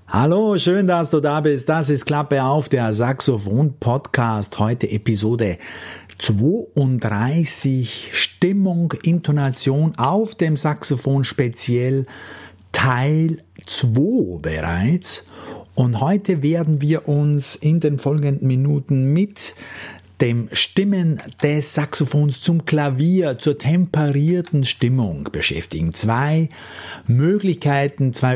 Hallo, schön, dass du da bist. Das ist Klappe auf, der Saxophon-Podcast. Heute Episode 32, Stimmung, Intonation auf dem Saxophon speziell, Teil 2 bereits. Und heute werden wir uns in den folgenden Minuten mit dem Stimmen des Saxophons zum Klavier, zur temperierten Stimmung beschäftigen. Zwei mögliche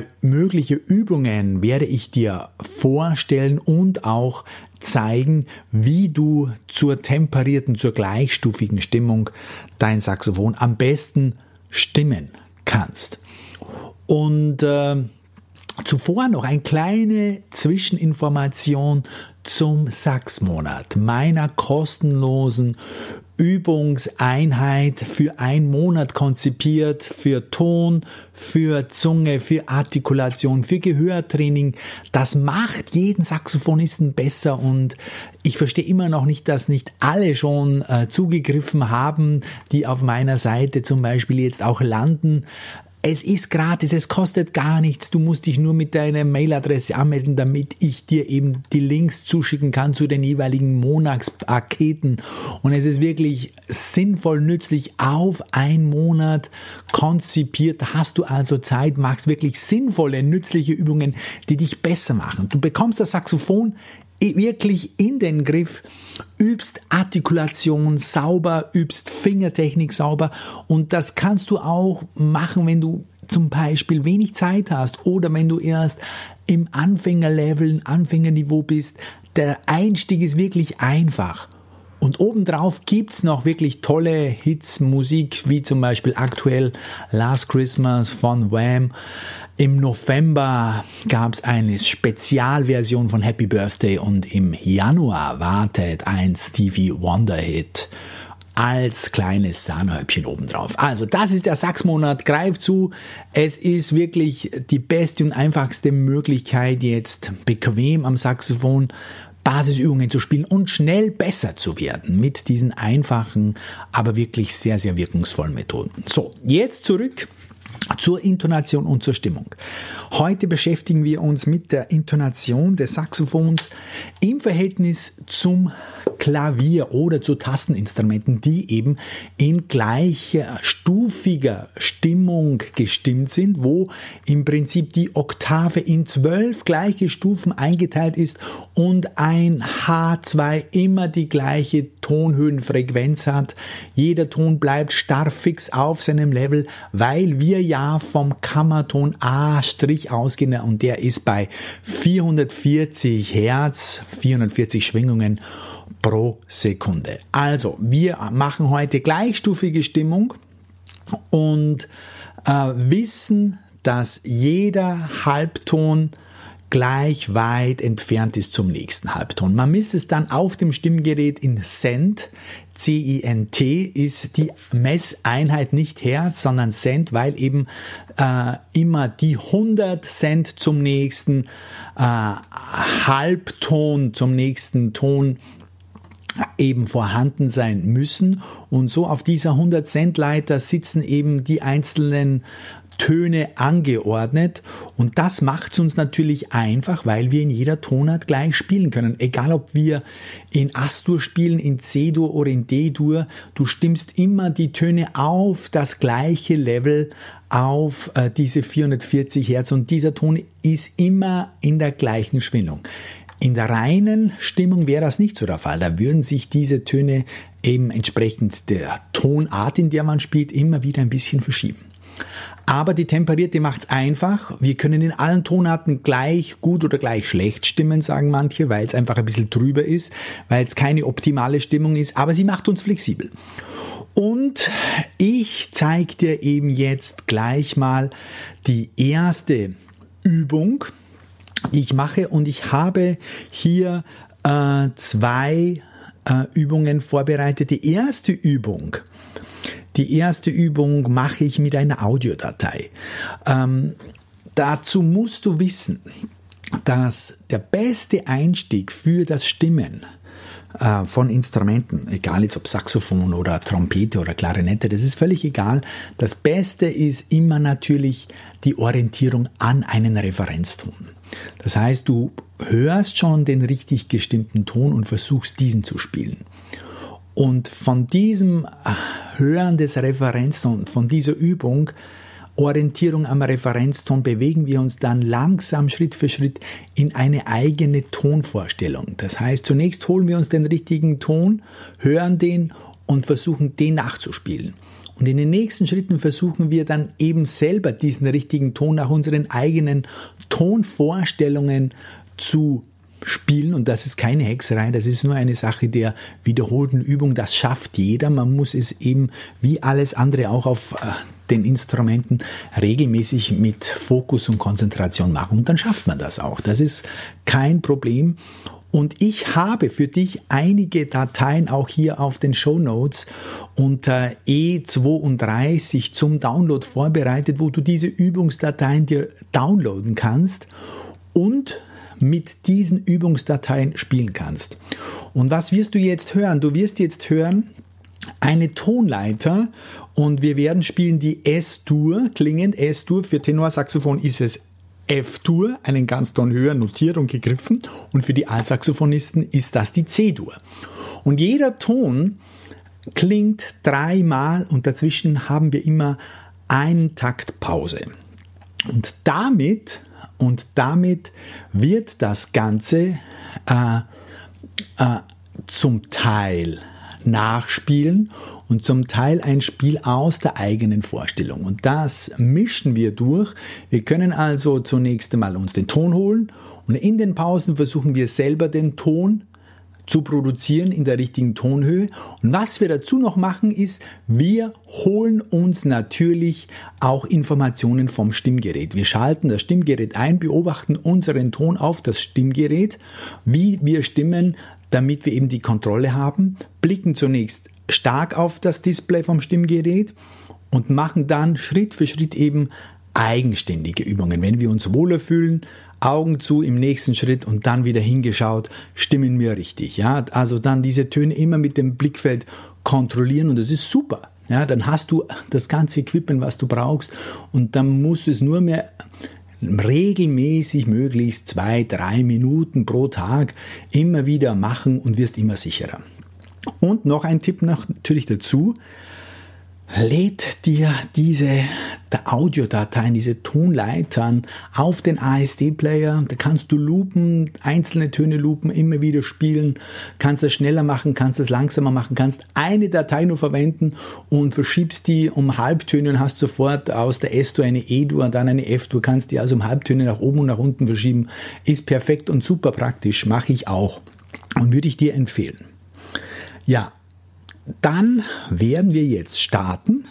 Übungen werde ich dir vorstellen und auch zeigen, wie du zur temperierten, zur gleichstufigen Stimmung dein Saxophon am besten stimmen kannst. Und zuvor noch eine kleine Zwischeninformation zum Saxmonat, meiner kostenlosen Übungseinheit für einen Monat konzipiert, für Ton, für Zunge, für Artikulation, für Gehörtraining. Das macht jeden Saxophonisten besser und ich verstehe immer noch nicht, dass nicht alle schon zugegriffen haben, die auf meiner Seite zum Beispiel jetzt auch landen. Es ist gratis, es kostet gar nichts, du musst dich nur mit deiner Mailadresse anmelden, damit ich dir eben die Links zuschicken kann zu den jeweiligen Monatspaketen. Und es ist wirklich sinnvoll, nützlich auf einen Monat konzipiert. Da hast du also Zeit, machst wirklich sinnvolle, nützliche Übungen, die dich besser machen. Du bekommst das Saxophon wirklich in den Griff, übst Artikulation sauber, übst Fingertechnik sauber und das kannst du auch machen, wenn du zum Beispiel wenig Zeit hast oder wenn du erst im Anfängerniveau bist. Der Einstieg ist wirklich einfach. Und obendrauf gibt's noch wirklich tolle Hits, Musik, wie zum Beispiel aktuell Last Christmas von Wham. Im November gab's eine Spezialversion von Happy Birthday und im Januar wartet ein Stevie Wonder Hit als kleines Sahnehäubchen obendrauf. Also das ist der Saxmonat, greif zu. Es ist wirklich die beste und einfachste Möglichkeit, jetzt bequem am Saxophon Basisübungen zu spielen und schnell besser zu werden mit diesen einfachen, aber wirklich sehr, sehr wirkungsvollen Methoden. So, jetzt zurück zur Intonation und zur Stimmung. Heute beschäftigen wir uns mit der Intonation des Saxophons im Verhältnis zum Klavier oder zu Tasteninstrumenten, die eben in gleicher stufiger Stimmung gestimmt sind, wo im Prinzip die Oktave in 12 gleiche Stufen eingeteilt ist und ein H2 immer die gleiche Tonhöhenfrequenz hat. Jeder Ton bleibt starr fix auf seinem Level, weil wir ja vom Kammerton A' ausgehen und der ist bei 440 Hertz, 440 Schwingungen pro Sekunde. Also, wir machen heute gleichstufige Stimmung und wissen, dass jeder Halbton gleich weit entfernt ist zum nächsten Halbton. Man misst es dann auf dem Stimmgerät in Cent. C-I-N-T ist die Messeinheit, nicht Hertz, sondern Cent, weil eben immer die 100 Cent zum nächsten Halbton, zum nächsten Ton eben vorhanden sein müssen. Und so auf dieser 100 Cent Leiter sitzen eben die einzelnen Töne angeordnet und das macht es uns natürlich einfach, weil wir in jeder Tonart gleich spielen können. Egal ob wir in As-Dur spielen, in C-Dur oder in D-Dur, du stimmst immer die Töne auf das gleiche Level, auf diese 440 Hertz und dieser Ton ist immer in der gleichen Schwingung. In der reinen Stimmung wäre das nicht so der Fall. Da würden sich diese Töne eben entsprechend der Tonart, in der man spielt, immer wieder ein bisschen verschieben. Aber die Temperierte macht's einfach. Wir können in allen Tonarten gleich gut oder gleich schlecht stimmen, sagen manche, weil es einfach ein bisschen drüber ist, weil es keine optimale Stimmung ist, aber sie macht uns flexibel. Und ich zeige dir eben jetzt gleich mal die erste Übung, die ich mache und ich habe hier zwei Übungen vorbereitet. Die erste Übung mache ich mit einer Audiodatei. Dazu musst du wissen, dass der beste Einstieg für das Stimmen von Instrumenten, egal jetzt ob Saxophon oder Trompete oder Klarinette, das ist völlig egal. Das Beste ist immer natürlich die Orientierung an einen Referenzton. Das heißt, du hörst schon den richtig gestimmten Ton und versuchst diesen zu spielen. Und von diesem Hören des Referenztons, von dieser Übung, Orientierung am Referenzton, bewegen wir uns dann langsam Schritt für Schritt in eine eigene Tonvorstellung. Das heißt, zunächst holen wir uns den richtigen Ton, hören den und versuchen, den nachzuspielen. Und in den nächsten Schritten versuchen wir dann eben selber diesen richtigen Ton nach unseren eigenen Tonvorstellungen zu spielen. Und das ist keine Hexerei, das ist nur eine Sache der wiederholten Übung. Das schafft jeder. Man muss es eben wie alles andere auch auf den Instrumenten regelmäßig mit Fokus und Konzentration machen. Und dann schafft man das auch. Das ist kein Problem. Und ich habe für dich einige Dateien auch hier auf den Shownotes unter E32 zum Download vorbereitet, wo du diese Übungsdateien dir downloaden kannst und mit diesen Übungsdateien spielen kannst. Und was wirst du jetzt hören? Du wirst jetzt hören eine Tonleiter und wir werden spielen die S-Dur, klingend S-Dur. Für Tenorsaxophon ist es F-Dur, einen Ganzton höher notiert und gegriffen, und für die Altsaxophonisten ist das die C-Dur. Und jeder Ton klingt dreimal und dazwischen haben wir immer einen Takt Pause. Und damit wird das Ganze zum Teil nachspielen und zum Teil ein Spiel aus der eigenen Vorstellung. Und das mischen wir durch. Wir können also zunächst einmal uns den Ton holen und in den Pausen versuchen wir selber den Ton zu produzieren in der richtigen Tonhöhe. Und was wir dazu noch machen ist, wir holen uns natürlich auch Informationen vom Stimmgerät. Wir schalten das Stimmgerät ein, beobachten unseren Ton auf das Stimmgerät, wie wir stimmen, damit wir eben die Kontrolle haben, blicken zunächst stark auf das Display vom Stimmgerät und machen dann Schritt für Schritt eben eigenständige Übungen. Wenn wir uns wohler fühlen, Augen zu im nächsten Schritt und dann wieder hingeschaut, stimmen wir richtig. Ja? Also dann diese Töne immer mit dem Blickfeld kontrollieren und das ist super. Ja? Dann hast du das ganze Equipment, was du brauchst, und dann musst du es nur mehr regelmäßig, möglichst 2-3 Minuten pro Tag immer wieder machen und wirst immer sicherer. Und noch ein Tipp natürlich dazu: Lädt dir diese Audiodateien, diese Tonleitern auf den ASD-Player. Da kannst du loopen, einzelne Töne loopen, immer wieder spielen, kannst das schneller machen, kannst das langsamer machen, kannst eine Datei nur verwenden und verschiebst die um Halbtöne und hast sofort aus der S-Dur eine E-Dur und dann eine F-Dur, kannst die also um Halbtöne nach oben und nach unten verschieben. Ist perfekt und super praktisch, mache ich auch und würde ich dir empfehlen. Ja, dann werden wir jetzt starten.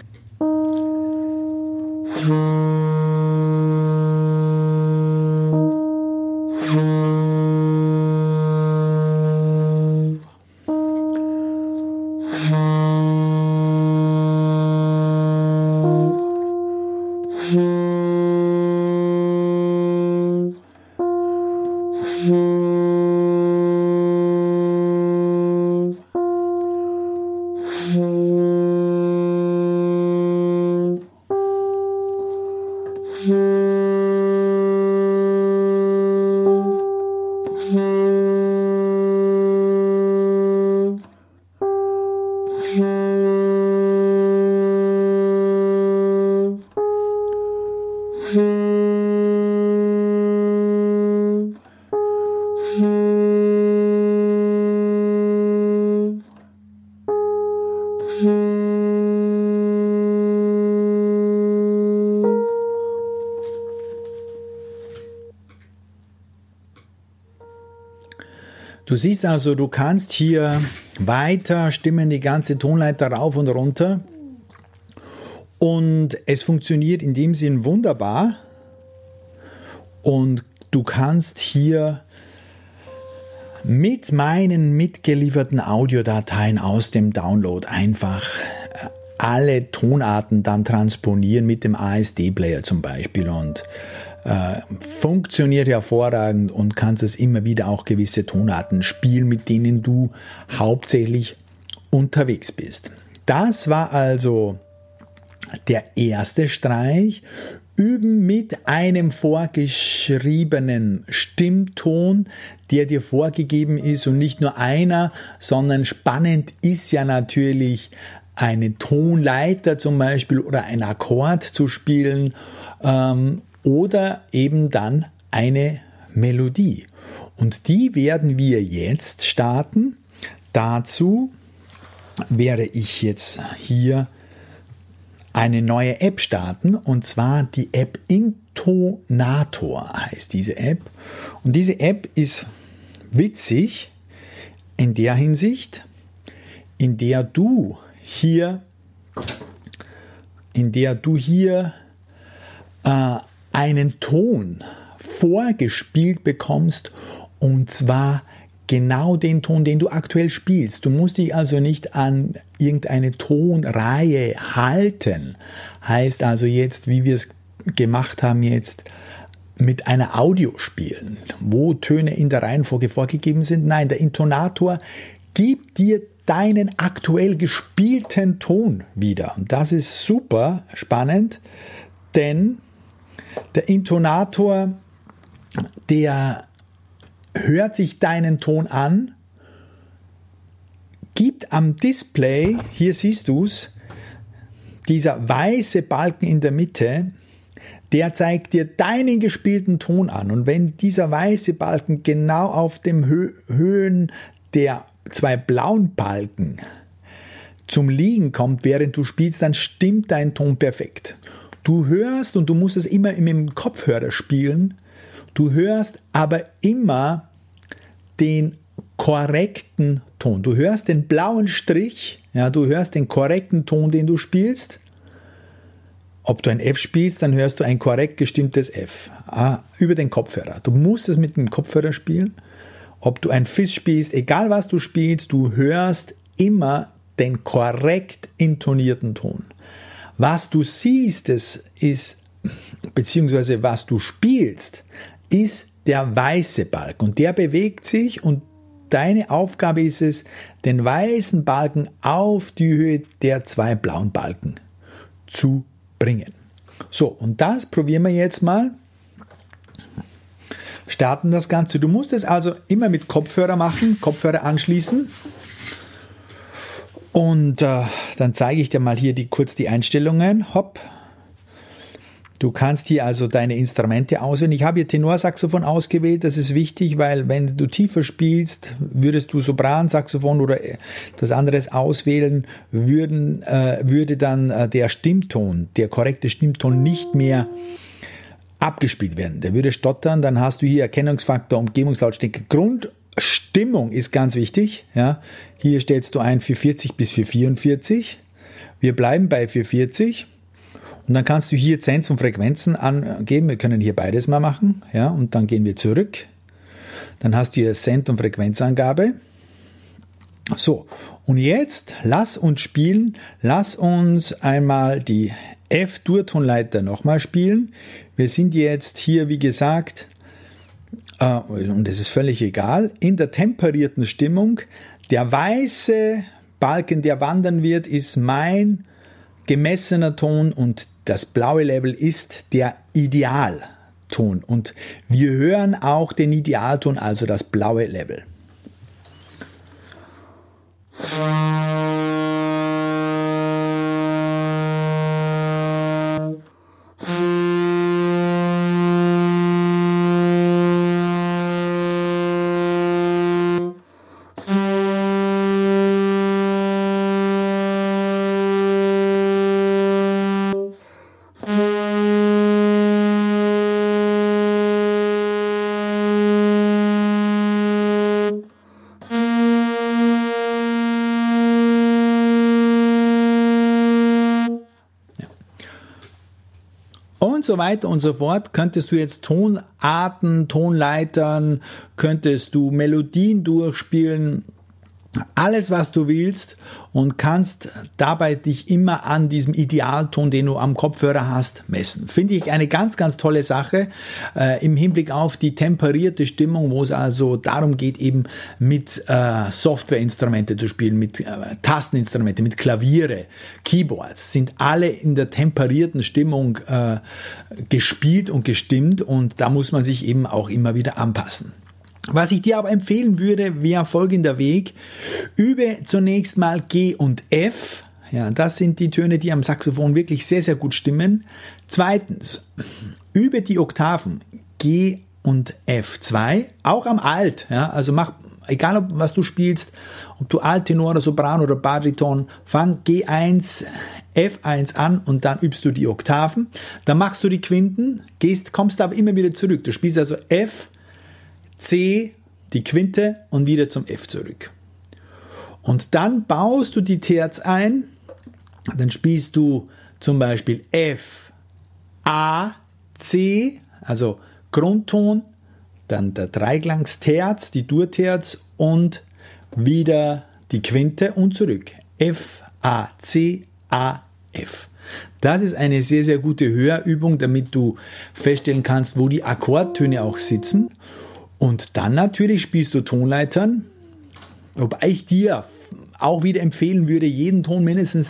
Du siehst also, du kannst hier weiter stimmen, die ganze Tonleiter rauf und runter. Und es funktioniert in dem Sinn wunderbar. Und du kannst hier mit meinen mitgelieferten Audiodateien aus dem Download einfach alle Tonarten dann transponieren mit dem ASD-Player zum Beispiel und funktioniert hervorragend und kannst es immer wieder auch gewisse Tonarten spielen, mit denen du hauptsächlich unterwegs bist. Das war also der erste Streich üben mit einem vorgeschriebenen Stimmton, der dir vorgegeben ist und nicht nur einer, sondern spannend ist ja natürlich eine Tonleiter zum Beispiel oder ein Akkord zu spielen oder eben dann eine Melodie. Und die werden wir jetzt starten. Dazu werde ich jetzt hier eine neue App starten, und zwar die App Intonator heißt diese App. Und diese App ist witzig in der Hinsicht, in der du hier einen Ton vorgespielt bekommst, und zwar genau den Ton, den du aktuell spielst. Du musst dich also nicht an irgendeine Tonreihe halten. Heißt also jetzt, wie wir es gemacht haben jetzt mit einer Audio spielen, wo Töne in der Reihenfolge vorgegeben sind. Nein, der Intonator gibt dir deinen aktuell gespielten Ton wieder. Und das ist super spannend, denn der Intonator, der hört sich deinen Ton an, gibt am Display, hier siehst du es, dieser weiße Balken in der Mitte, der zeigt dir deinen gespielten Ton an. Und wenn dieser weiße Balken genau auf dem Höhen der zwei blauen Balken zum Liegen kommt, während du spielst, dann stimmt dein Ton perfekt. Du hörst, und du musst es immer mit dem Kopfhörer spielen, du hörst aber immer den korrekten Ton. Du hörst den blauen Strich, ja, du hörst den korrekten Ton, den du spielst. Ob du ein F spielst, dann hörst du ein korrekt gestimmtes F über den Kopfhörer. Du musst es mit dem Kopfhörer spielen. Ob du ein Fis spielst, egal was du spielst, du hörst immer den korrekt intonierten Ton. Was du siehst, beziehungsweise was du spielst, ist der weiße Balken, und der bewegt sich, und deine Aufgabe ist es, den weißen Balken auf die Höhe der zwei blauen Balken zu bringen. So, und das probieren wir jetzt mal. Starten das Ganze. Du musst es also immer mit Kopfhörer machen, Kopfhörer anschließen. Und dann zeige ich dir mal hier kurz die Einstellungen. Hopp. Du kannst hier also deine Instrumente auswählen. Ich habe hier Tenorsaxophon ausgewählt. Das ist wichtig, weil wenn du tiefer spielst, würdest du Sopransaxophon oder das anderes auswählen, würde dann der Stimmton, der korrekte Stimmton nicht mehr abgespielt werden. Der würde stottern. Dann hast du hier Erkennungsfaktor, Umgebungslautstärke. Grundstimmung ist ganz wichtig. Ja. Hier stellst du ein 440 bis 444. Wir bleiben bei 440. Und dann kannst du hier Zenz und Frequenzen angeben. Wir können hier beides mal machen. Ja, und dann gehen wir zurück. Dann hast du hier Zenz- und Frequenzangabe. So, und jetzt lass uns spielen. Lass uns einmal die F-Dur-Tonleiter nochmal spielen. Wir sind jetzt hier, wie gesagt, und es ist völlig egal, in der temperierten Stimmung. Der weiße Balken, der wandern wird, ist mein gemessener Ton, und das blaue Level ist der Idealton. Und wir hören auch den Idealton, also das blaue Level. Und so weiter und so fort. Könntest du jetzt Tonarten, Tonleitern, könntest du Melodien durchspielen, alles, was du willst und kannst dabei dich immer an diesem Idealton, den du am Kopfhörer hast, messen. Finde ich eine ganz, ganz tolle Sache im Hinblick auf die temperierte Stimmung, wo es also darum geht, eben mit Softwareinstrumente zu spielen, mit Tasteninstrumente, mit Klaviere, Keyboards, sind alle in der temperierten Stimmung gespielt und gestimmt und da muss man sich eben auch immer wieder anpassen. Was ich dir aber empfehlen würde, wäre folgender Weg. Übe zunächst mal G und F. Ja, das sind die Töne, die am Saxophon wirklich sehr, sehr gut stimmen. Zweitens, übe die Oktaven G und F2, auch am Alt. Ja, also mach, egal was du spielst, ob du Alt, Tenor oder Sopran oder Bariton, fang G1, F1 an und dann übst du die Oktaven. Dann machst du die Quinten, kommst aber immer wieder zurück. Du spielst also F, C, die Quinte und wieder zum F zurück. Und dann baust du die Terz ein, dann spielst du zum Beispiel F, A, C, also Grundton, dann der Dreiklangsterz, die Durterz und wieder die Quinte und zurück. F, A, C, A, F. Das ist eine sehr, sehr gute Hörübung, damit du feststellen kannst, wo die Akkordtöne auch sitzen. Und dann natürlich spielst du Tonleitern, wobei ich dir auch wieder empfehlen würde, jeden Ton mindestens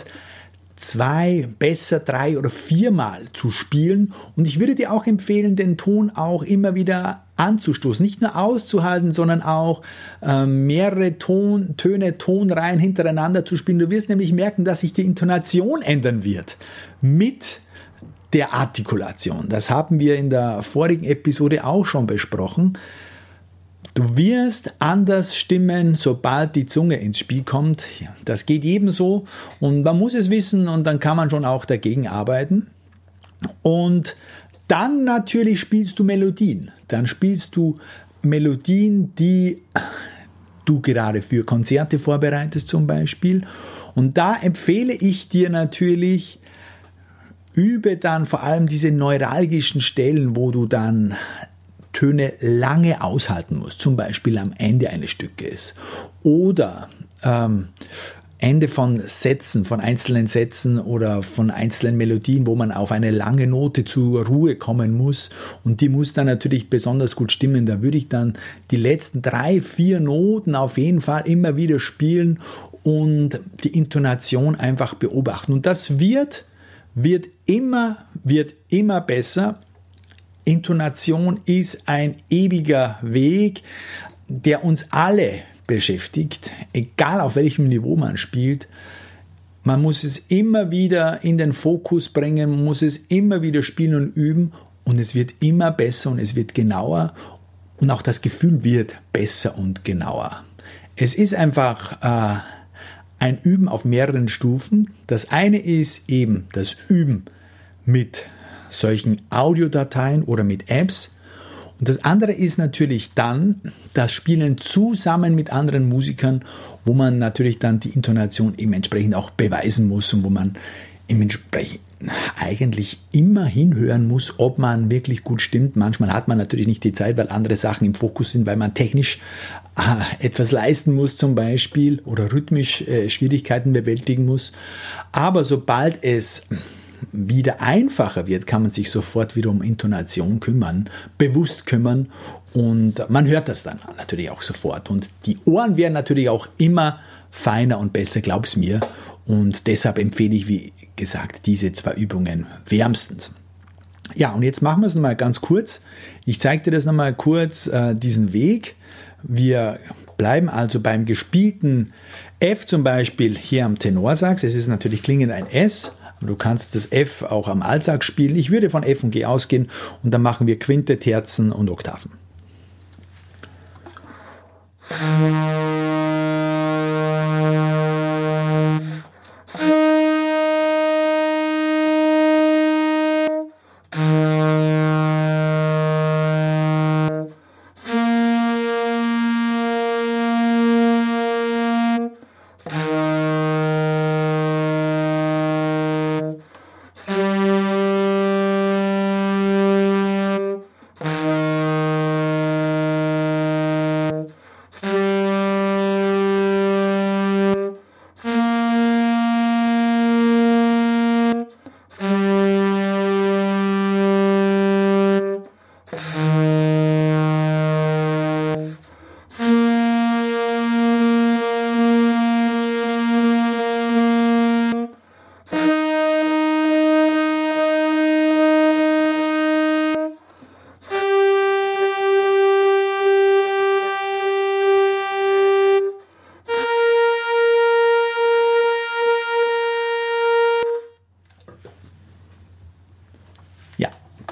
2, besser 3 oder 4 Mal zu spielen. Und ich würde dir auch empfehlen, den Ton auch immer wieder anzustoßen. Nicht nur auszuhalten, sondern auch mehrere Tonreihen hintereinander zu spielen. Du wirst nämlich merken, dass sich die Intonation ändern wird mit der Artikulation. Das haben wir in der vorigen Episode auch schon besprochen. Du wirst anders stimmen, sobald die Zunge ins Spiel kommt. Das geht jedem so und man muss es wissen und dann kann man schon auch dagegen arbeiten. Und dann natürlich spielst du Melodien. Dann spielst du Melodien, die du gerade für Konzerte vorbereitest zum Beispiel. Und da empfehle ich dir natürlich, übe dann vor allem diese neuralgischen Stellen, wo du dann Töne lange aushalten musst, zum Beispiel am Ende eines Stückes oder Ende von Sätzen, von einzelnen Sätzen oder von einzelnen Melodien, wo man auf eine lange Note zur Ruhe kommen muss und die muss dann natürlich besonders gut stimmen. Da würde ich dann die letzten 3, 4 Noten auf jeden Fall immer wieder spielen und die Intonation einfach beobachten. Und das wird immer besser. Intonation ist ein ewiger Weg, der uns alle beschäftigt, egal auf welchem Niveau man spielt. Man muss es immer wieder in den Fokus bringen, man muss es immer wieder spielen und üben und es wird immer besser und es wird genauer und auch das Gefühl wird besser und genauer. Es ist einfach ein Üben auf mehreren Stufen. Das eine ist eben das Üben mit solchen Audiodateien oder mit Apps. Und das andere ist natürlich dann das Spielen zusammen mit anderen Musikern, wo man natürlich dann die Intonation eben entsprechend auch beweisen muss und wo man entsprechend eigentlich immer hinhören muss, ob man wirklich gut stimmt. Manchmal hat man natürlich nicht die Zeit, weil andere Sachen im Fokus sind, weil man technisch etwas leisten muss zum Beispiel oder rhythmisch Schwierigkeiten bewältigen muss. Aber sobald es wieder einfacher wird, kann man sich sofort wieder um Intonation kümmern, bewusst kümmern und man hört das dann natürlich auch sofort. Und die Ohren werden natürlich auch immer feiner und besser, glaub's mir. Und deshalb empfehle ich, wie gesagt, diese 2 Übungen wärmstens. Ja, und jetzt machen wir es nochmal ganz kurz. Ich zeige dir das nochmal kurz, diesen Weg. Wir bleiben also beim gespielten F zum Beispiel hier am Tenorsax. Es ist natürlich klingend ein S. Du kannst das F auch am Altsax spielen. Ich würde von F und G ausgehen und dann machen wir Quinte, Terzen und Oktaven.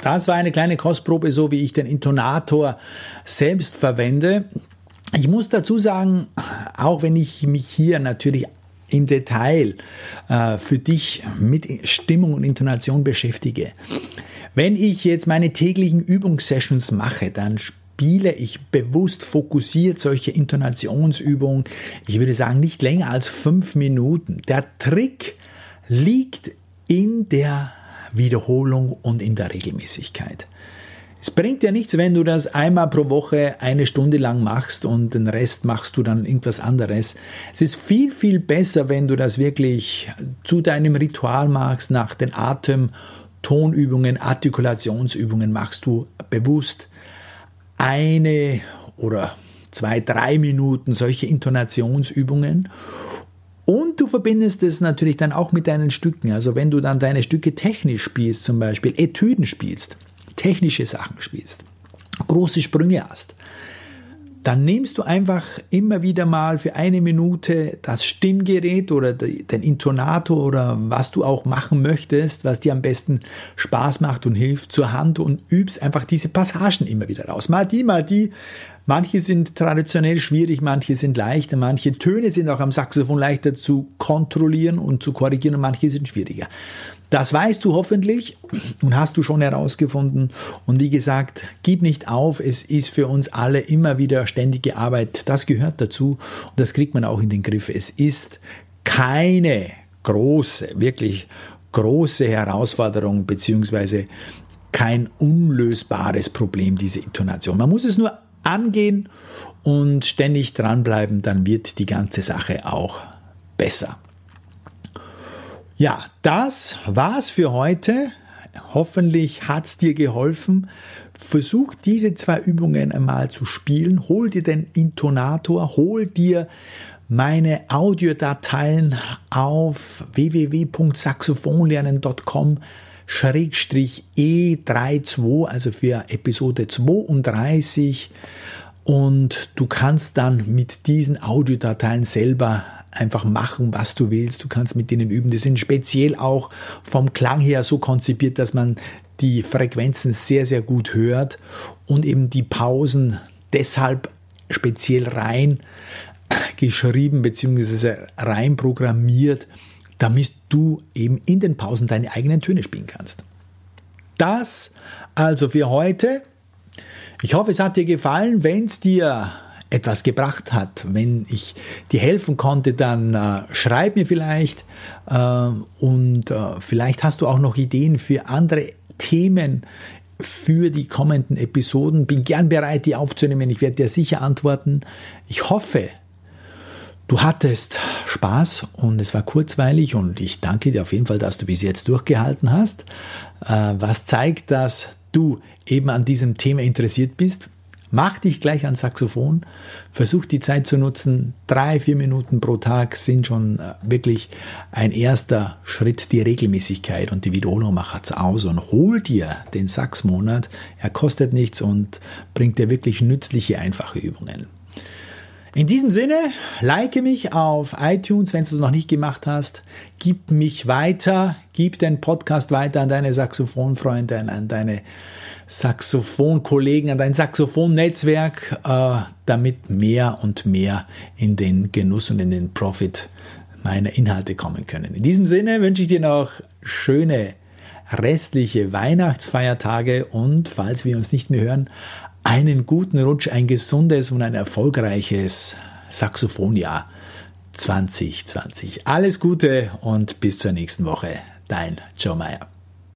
das war eine kleine Kostprobe, so wie ich den Intonator selbst verwende. Ich muss dazu sagen, auch wenn ich mich hier natürlich im Detail für dich mit Stimmung und Intonation beschäftige, wenn ich jetzt meine täglichen Übungssessions mache, dann spiele ich bewusst fokussiert solche Intonationsübungen, ich würde sagen nicht länger als 5 Minuten. Der Trick liegt in der Wiederholung und in der Regelmäßigkeit. Es bringt ja nichts, wenn du das einmal pro Woche 1 Stunde lang machst und den Rest machst du dann irgendwas anderes. Es ist viel, viel besser, wenn du das wirklich zu deinem Ritual machst, nach den Tonübungen, Artikulationsübungen machst du bewusst 1 oder 2, 3 Minuten solche Intonationsübungen. Und du verbindest es natürlich dann auch mit deinen Stücken. Also wenn du dann deine Stücke technisch spielst, zum Beispiel Etüden spielst, technische Sachen spielst, große Sprünge hast, dann nimmst du einfach immer wieder mal für 1 Minute das Stimmgerät oder den Intonator oder was du auch machen möchtest, was dir am besten Spaß macht und hilft, zur Hand und übst einfach diese Passagen immer wieder raus. Mal die. Manche sind traditionell schwierig, manche sind leichter, manche Töne sind auch am Saxophon leichter zu kontrollieren und zu korrigieren und manche sind schwieriger. Das weißt du hoffentlich und hast du schon herausgefunden. Und wie gesagt, gib nicht auf. Es ist für uns alle immer wieder ständige Arbeit. Das gehört dazu und das kriegt man auch in den Griff. Es ist keine wirklich große Herausforderung beziehungsweise kein unlösbares Problem, diese Intonation. Man muss es nur angehen und ständig dranbleiben, dann wird die ganze Sache auch besser. Ja, das war's für heute. Hoffentlich hat's dir geholfen. Versuch diese 2 Übungen einmal zu spielen. Hol dir den Intonator, hol dir meine Audiodateien auf www.saxophonlernen.com/E32, also für Episode 32. Und du kannst dann mit diesen Audiodateien selber einfach machen, was du willst. Du kannst mit denen üben. Die sind speziell auch vom Klang her so konzipiert, dass man die Frequenzen sehr, sehr gut hört und eben die Pausen deshalb speziell rein geschrieben bzw. rein programmiert, damit du eben in den Pausen deine eigenen Töne spielen kannst. Das also für heute. Ich hoffe, es hat dir gefallen. Wenn es dir etwas gebracht hat, wenn ich dir helfen konnte, dann schreib mir vielleicht und vielleicht hast du auch noch Ideen für andere Themen für die kommenden Episoden. Bin gern bereit, die aufzunehmen. Ich werde dir sicher antworten. Ich hoffe, du hattest Spaß und es war kurzweilig und ich danke dir auf jeden Fall, dass du bis jetzt durchgehalten hast, was zeigt, dass du eben an diesem Thema interessiert bist. Mach dich gleich ans Saxophon, versuch die Zeit zu nutzen. 3-4 Minuten pro Tag sind schon wirklich ein erster Schritt. Die Regelmäßigkeit und die Wiederholung macht's aus und hol dir den Sax-Monat. Er kostet nichts und bringt dir wirklich nützliche, einfache Übungen. In diesem Sinne, like mich auf iTunes, wenn du es noch nicht gemacht hast. Gib mich weiter, gib den Podcast weiter an deine Saxophonfreunde, an deine Saxophonkollegen, an dein Saxophonnetzwerk, damit mehr und mehr in den Genuss und in den Profit meiner Inhalte kommen können. In diesem Sinne wünsche ich dir noch schöne restliche Weihnachtsfeiertage und, falls wir uns nicht mehr hören, einen guten Rutsch, ein gesundes und ein erfolgreiches Saxophonjahr 2020. Alles Gute und bis zur nächsten Woche. Dein Joe Meyer.